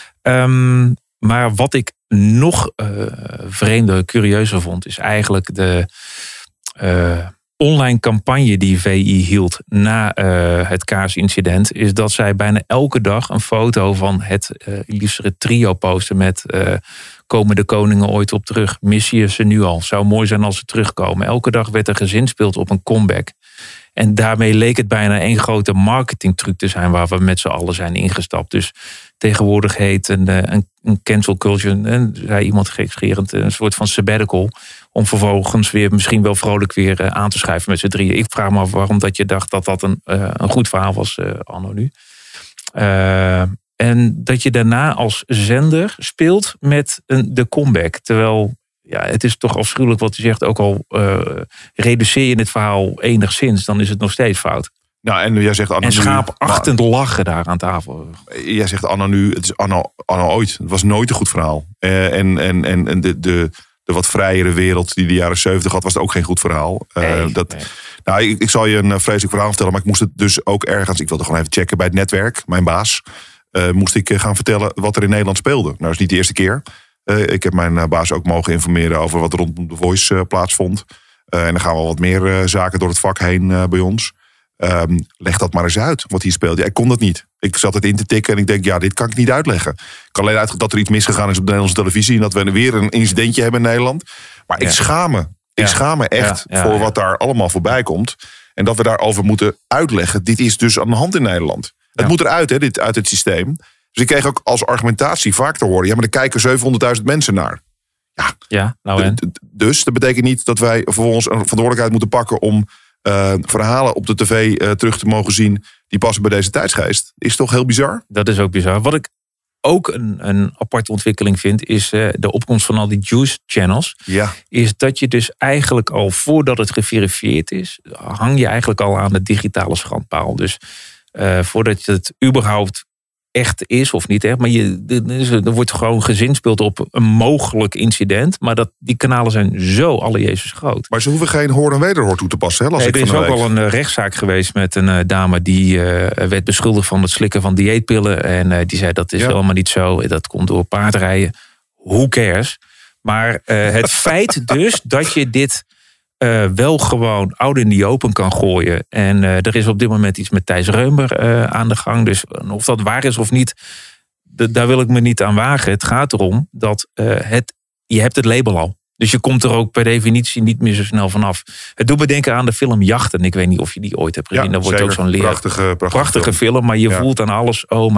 Maar wat ik nog vreemder, curieuzer vond... is eigenlijk de online campagne die VI hield... na het kaasincident... is dat zij bijna elke dag een foto van het illustere trio posten... met Komen de koningen ooit op terug? Mis je ze nu al? Zou mooi zijn als ze terugkomen. Elke dag werd er gezinspeeld op een comeback. En daarmee leek het bijna één grote marketingtruc te zijn waar we met z'n allen zijn ingestapt. Dus tegenwoordig heet een cancel culture, zei iemand gekscherend, een soort van sabbatical. Om vervolgens weer misschien wel vrolijk weer aan te schuiven met z'n drieën. Ik vraag me af waarom dat je dacht dat dat een goed verhaal was anno nu. En dat je daarna als zender speelt met de comeback. Terwijl, ja, het is toch afschuwelijk wat u zegt. Ook al reduceer je het verhaal enigszins, dan is het nog steeds fout. Nou, en jij zegt anno en schaapachtend lachen daar aan tafel. Jij zegt anno nu, het is anno ooit. Het was nooit een goed verhaal. En de wat vrijere wereld die de jaren 70 had, was het ook geen goed verhaal. Nee. Nou, ik zal je een vreselijk verhaal vertellen, maar ik moest het dus ook ergens, ik wilde gewoon even checken bij het netwerk, mijn baas, moest ik gaan vertellen wat er in Nederland speelde. Nou, dat is niet de eerste keer. Ik heb mijn baas ook mogen informeren over wat er rondom The Voice plaatsvond. En dan gaan wel wat meer zaken door het vak heen bij ons. Leg dat maar eens uit, wat hier speelt. Ja, ik kon dat niet. Ik zat het in te tikken en ik denk, ja, dit kan ik niet uitleggen. Ik kan alleen uit dat er iets misgegaan is op de Nederlandse televisie en dat we weer een incidentje hebben in Nederland. Maar ik schaam me. Ik schaam me echt voor wat daar allemaal voorbij komt. En dat we daarover moeten uitleggen. Dit is dus aan de hand in Nederland. Het moet eruit, hè, dit uit het systeem. Dus ik kreeg ook als argumentatie vaak te horen, ja, maar er kijken 700.000 mensen naar. Ja, nou dus dat betekent niet dat wij vervolgens een verantwoordelijkheid moeten pakken om verhalen op de tv terug te mogen zien die passen bij deze tijdsgeest. Is toch heel bizar? Dat is ook bizar. Wat ik ook een aparte ontwikkeling vind, is de opkomst van al die juice channels. Ja. Is dat je dus eigenlijk al voordat het geverifieerd is, hang je eigenlijk al aan de digitale schandpaal. Dus voordat het überhaupt echt is of niet echt, maar er wordt gewoon gezinspeeld op een mogelijk incident, maar die kanalen zijn zo alle Jezus groot. Maar ze hoeven geen hoor en wederhoor toe te passen. Hè, er is ook al een rechtszaak geweest met een dame die werd beschuldigd van het slikken van dieetpillen en die zei dat is helemaal niet zo, dat komt door paardrijden. Who cares? Maar het feit dus dat je dit wel gewoon oud in die open kan gooien. En er is op dit moment iets met Thijs Reumer aan de gang. Dus of dat waar is of niet, daar wil ik me niet aan wagen. Het gaat erom dat je hebt het label al. Dus je komt er ook per definitie niet meer zo snel vanaf. Het doet me denken aan de film Jachten. Ik weet niet of je die ooit hebt gezien. Dat wordt ook zo'n prachtige film. Maar je voelt aan alles, oh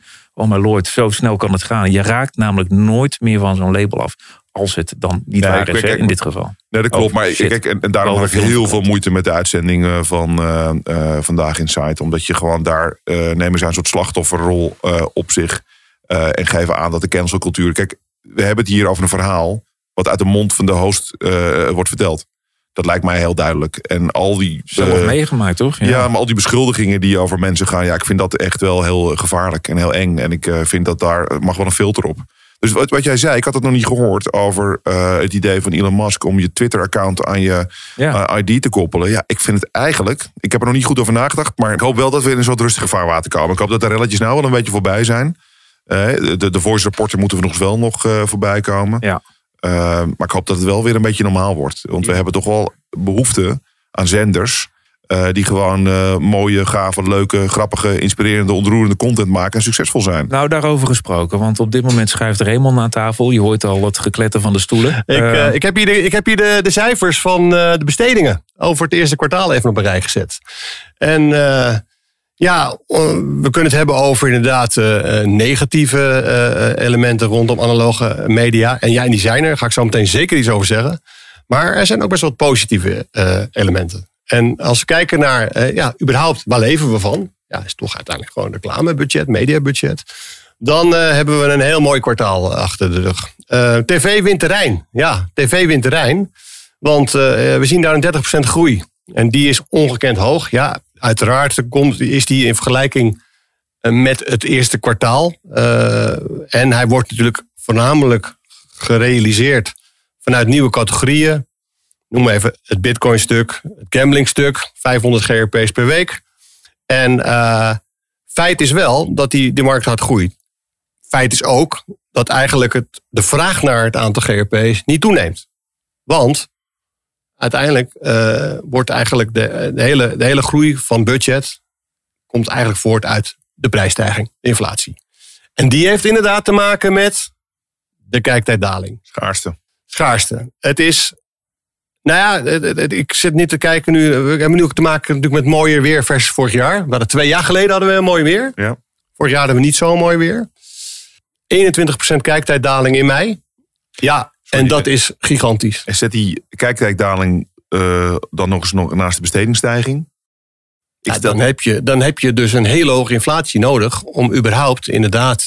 my lord, zo snel kan het gaan. Je raakt namelijk nooit meer van zo'n label af. Als het dan niet waar is, in dit geval. Nee, dat klopt. Maar kijk, en daarom had ik heel veel moeite met de uitzending van Vandaag in Site. Omdat je gewoon daar nemen ze een soort slachtofferrol op zich. En geven aan dat de cancelcultuur. Kijk, we hebben het hier over een verhaal wat uit de mond van de host wordt verteld. Dat lijkt mij heel duidelijk. En al die zelf meegemaakt, toch? Ja, maar al die beschuldigingen die over mensen gaan, ja, ik vind dat echt wel heel gevaarlijk en heel eng. En ik vind dat daar mag wel een filter op. Dus wat jij zei, ik had het nog niet gehoord over het idee van Elon Musk om je Twitter-account aan je ID te koppelen. Ja, ik vind het eigenlijk, ik heb er nog niet goed over nagedacht, maar ik hoop wel dat we in een soort rustige vaarwater komen. Ik hoop dat de relletjes nou wel een beetje voorbij zijn. De voice rapporten moeten we nog voorbij komen. Ja. Maar ik hoop dat het wel weer een beetje normaal wordt. Want we hebben toch wel behoefte aan zenders die gewoon mooie, gave, leuke, grappige, inspirerende, ontroerende content maken en succesvol zijn. Nou, daarover gesproken, want op dit moment schuift Raymond aan tafel. Je hoort al het gekletter van de stoelen. Ik heb hier de cijfers van de bestedingen over het eerste kwartaal even op een rij gezet. En we kunnen het hebben over inderdaad negatieve elementen rondom analoge media. En die zijn er, daar ga ik zo meteen zeker iets over zeggen. Maar er zijn ook best wel positieve elementen. En als we kijken naar, überhaupt, waar leven we van? Ja, is toch uiteindelijk gewoon reclamebudget, mediabudget. Dan hebben we een heel mooi kwartaal achter de rug. TV wint terrein. Ja, TV wint terrein. Want we zien daar een 30% groei. En die is ongekend hoog. Ja, uiteraard is die in vergelijking met het eerste kwartaal. En hij wordt natuurlijk voornamelijk gerealiseerd vanuit nieuwe categorieën. Noem maar even het Bitcoin-stuk, het gambling-stuk, 500 GRP's per week. En feit is wel dat die markt hard groeit. Feit is ook dat eigenlijk de vraag naar het aantal GRP's niet toeneemt. Want uiteindelijk wordt eigenlijk de hele groei van budget komt eigenlijk voort uit de prijsstijging, de inflatie. En die heeft inderdaad te maken met de kijktijddaling. Schaarste. Het is... Nou ja, ik zit niet te kijken nu. We hebben nu ook te maken natuurlijk met mooier weer versus vorig jaar. We hadden 2 jaar geleden hadden we een mooi weer. Ja. Vorig jaar hadden we niet zo mooi weer. 21% kijktijddaling in mei. Ja, en dat is gigantisch. En zet die kijktijddaling dan nog eens naast de bestedingsstijging? Ja, dan heb je dus een hele hoge inflatie nodig om überhaupt inderdaad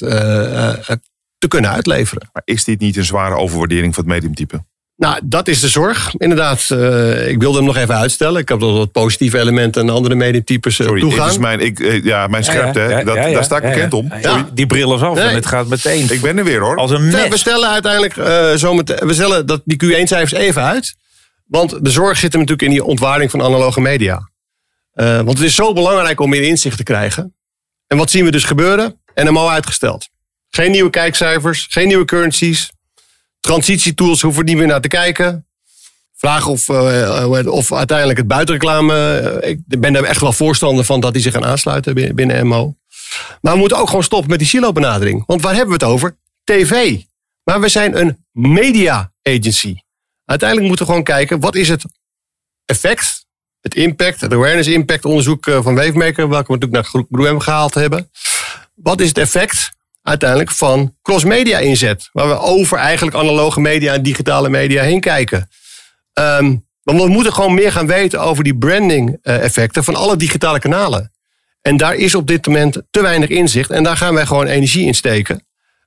te kunnen uitleveren. Maar is dit niet een zware overwaardering van het mediumtype? Nou, dat is de zorg. Inderdaad, ik wilde hem nog even uitstellen. Ik heb nog wat positieve elementen aan andere mediumtypes toegaan. Is mijn scherpte. Daar sta ik bekend om. Ja. Die bril is af en het gaat meteen. Ik ben er weer hoor. Als een mes. We stellen uiteindelijk we stellen die Q1-cijfers even uit. Want de zorg zit hem natuurlijk in die ontwaarding van analoge media. Want het is zo belangrijk om meer inzicht te krijgen. En wat zien we dus gebeuren? NMO uitgesteld. Geen nieuwe kijkcijfers, geen nieuwe currencies. Transitietools hoeven niet meer naar te kijken. Vraag of uiteindelijk het buitenreclame... Ik ben daar echt wel voorstander van dat die zich gaan aansluiten binnen MO. Maar we moeten ook gewoon stoppen met die silo-benadering. Want waar hebben we het over? TV. Maar we zijn een media agency. Uiteindelijk moeten we gewoon kijken, wat is het effect, het impact, het awareness impact onderzoek van Wavemaker, welke we natuurlijk naar GroenM gehaald hebben. Wat is het effect uiteindelijk van cross-media inzet, waar we over eigenlijk analoge media en digitale media heen kijken. Want we moeten gewoon meer gaan weten over die branding effecten van alle digitale kanalen. En daar is op dit moment te weinig inzicht en daar gaan wij gewoon energie in steken.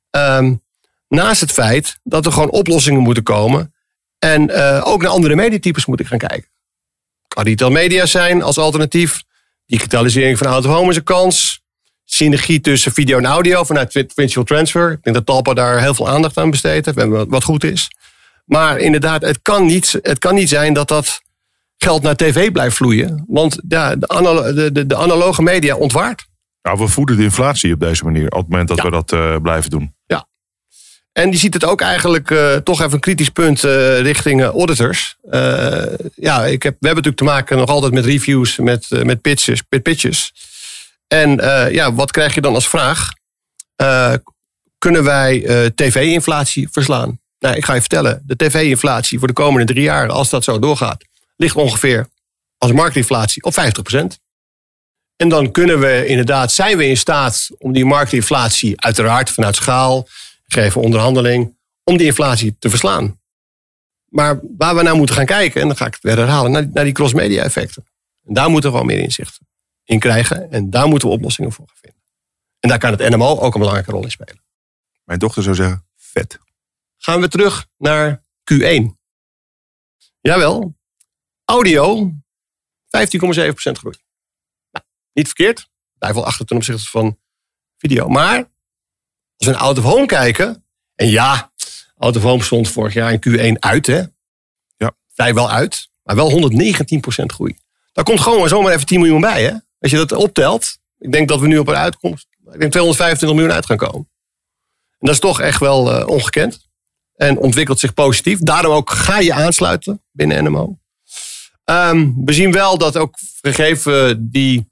Naast het feit dat er gewoon oplossingen moeten komen en ook naar andere mediatypes moeten gaan kijken. Kan retail media zijn als alternatief. Digitalisering van out-of-home is een kans. Synergie tussen video en audio vanuit Visual Transfer. Ik denk dat Talpa daar heel veel aandacht aan besteedt. Wat goed is. Maar inderdaad, het kan niet zijn dat geld naar tv blijft vloeien. Want ja, de analoge media ontwaart. Nou, we voeden de inflatie op deze manier. Op het moment dat we dat blijven doen. Ja. En die ziet het ook eigenlijk toch even een kritisch punt richting auditors. We hebben natuurlijk te maken nog altijd met reviews, met pitches. En wat krijg je dan als vraag? Kunnen wij tv-inflatie verslaan? Nou, ik ga je vertellen. De tv-inflatie voor de komende 3 jaar, als dat zo doorgaat, ligt ongeveer als marktinflatie op 50%. En dan zijn we in staat om die marktinflatie uiteraard vanuit schaal, gegeven onderhandeling, om die inflatie te verslaan. Maar waar we naar moeten gaan kijken, en dan ga ik het weer herhalen, naar die cross-media effecten. En daar moeten we gewoon meer inzicht in krijgen. En daar moeten we oplossingen voor gaan vinden. En daar kan het NMO ook een belangrijke rol in spelen. Mijn dochter zou zeggen, vet. Gaan we terug naar Q1. Jawel. Audio, 15,7% groei. Nou, niet verkeerd. Blijf wel achter ten opzichte van video. Maar als we naar out-of-home kijken. En ja, out-of-home stond vorig jaar in Q1 uit. Hè? Ja. Vrijwel uit. Maar wel 119% groei. Daar komt gewoon zomaar even 10 miljoen bij. Hè? Als je dat optelt. Ik denk dat we nu op een uitkomst. Ik denk 225 miljoen uit gaan komen. En dat is toch echt wel ongekend. En ontwikkelt zich positief. Daarom ook ga je aansluiten binnen NMO. We zien wel dat ook gegeven die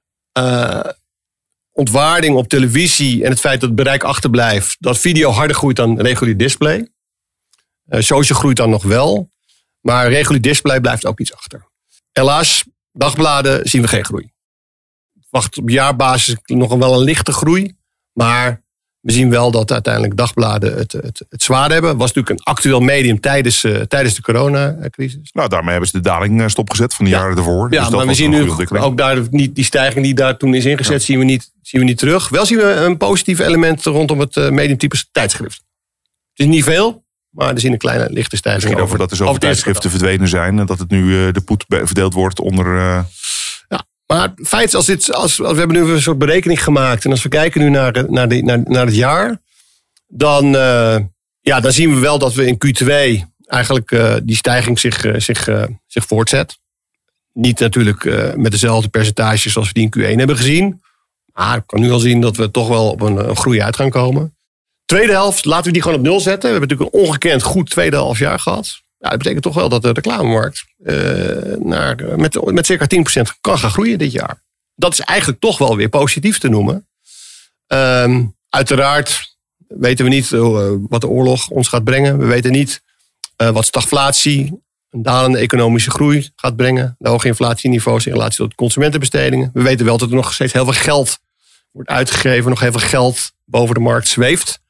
ontwaarding op televisie en het feit dat het bereik achterblijft, dat video harder groeit dan regulier display. Social groeit dan nog wel. Maar regulier display blijft ook iets achter. Helaas, dagbladen zien we geen groei. Wacht op jaarbasis nog wel een lichte groei. Maar we zien wel dat uiteindelijk dagbladen het zwaar hebben. Het was natuurlijk een actueel medium tijdens de coronacrisis. Nou, daarmee hebben ze de daling stopgezet van de jaren ervoor. Ja, dus maar we zien nu ook daar niet die stijging die daar toen is ingezet, zien we niet terug. Wel zien we een positief element rondom het mediumtype tijdschrift. Het is niet veel, maar er zien een kleine lichte stijging. Misschien over dat er zoveel tijdschriften verdwenen zijn en dat het nu de poet verdeeld wordt onder... Maar het feit is, als we hebben nu een soort berekening gemaakt. En als we kijken nu naar het jaar. Dan zien we wel dat we in Q2 eigenlijk die stijging zich voortzet. Niet natuurlijk met dezelfde percentages zoals we die in Q1 hebben gezien. Maar ik kan nu al zien dat we toch wel op een groei uit gaan komen. Tweede helft, laten we die gewoon op 0 zetten. We hebben natuurlijk een ongekend goed tweede halfjaar gehad. Ja, dat betekent toch wel dat de reclamemarkt met circa 10% kan gaan groeien dit jaar. Dat is eigenlijk toch wel weer positief te noemen. Uiteraard weten we niet wat de oorlog ons gaat brengen. We weten niet wat stagflatie, een dalende economische groei gaat brengen. De hoge inflatieniveaus in relatie tot consumentenbestedingen. We weten wel dat er nog steeds heel veel geld wordt uitgegeven. Nog heel veel geld boven de markt zweeft.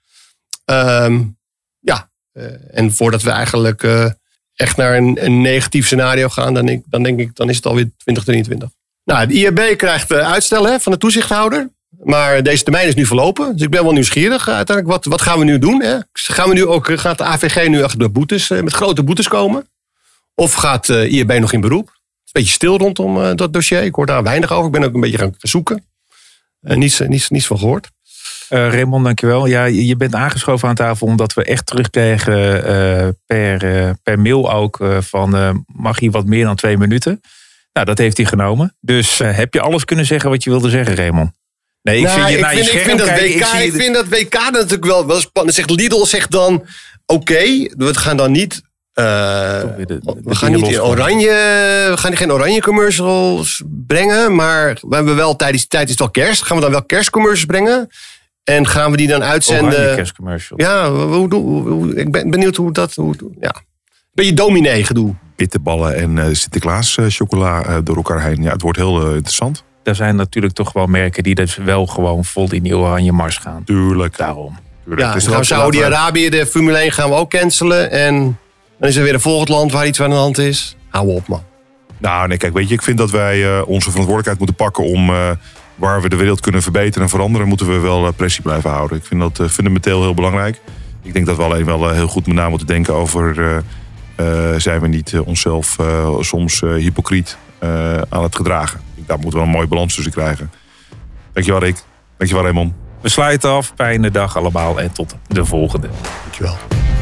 En voordat we eigenlijk echt naar een negatief scenario gaan, dan denk ik, dan is het alweer 2023. Nou, de IAB krijgt uitstel van de toezichthouder. Maar deze termijn is nu verlopen. Dus ik ben wel nieuwsgierig. Uiteindelijk, wat gaan we nu doen? Hè? Gaat de AVG nu achter de boetes, met grote boetes komen? Of gaat de IAB nog in beroep? Het is een beetje stil rondom dat dossier. Ik hoor daar weinig over. Ik ben ook een beetje gaan zoeken. Niets van gehoord. Raymond, dankjewel. Ja, je bent aangeschoven aan tafel omdat we echt terugkregen per mail ook van mag je wat meer dan 2 minuten? Nou, dat heeft hij genomen. Dus heb je alles kunnen zeggen wat je wilde zeggen, Raymond? Nee, ik vind dat WK natuurlijk wel spannend. Lidl zegt dan, oké, we gaan dan niet... we gaan geen oranje commercials brengen. Maar we hebben wel tijdens die tijd is het wel kerst. Gaan we dan wel kerstcommercials brengen? En gaan we die dan uitzenden? Oranje kerstcommercials. Ja, ik ben benieuwd hoe dat... Beetje dominee gedoe. Bitterballen en Sinterklaas chocola door elkaar heen. Ja, het wordt heel interessant. Er zijn natuurlijk toch wel merken die dus wel gewoon vol in die oranje mars gaan. Tuurlijk. Daarom. Ja, dus gaan Saudi-Arabië, de Formule 1 gaan we ook cancelen. En dan is er weer een volgend land waar iets aan de hand is. Hou op, man. Nou, nee, kijk, weet je, ik vind dat wij onze verantwoordelijkheid moeten pakken om waar we de wereld kunnen verbeteren en veranderen, moeten we wel pressie blijven houden. Ik vind dat fundamenteel heel belangrijk. Ik denk dat we alleen wel heel goed na moeten denken over zijn we niet onszelf soms hypocriet aan het gedragen. Daar moeten we een mooie balans tussen krijgen. Dankjewel, Rick. Dankjewel, Raymond. We sluiten af. Fijne dag allemaal en tot de volgende. Dankjewel.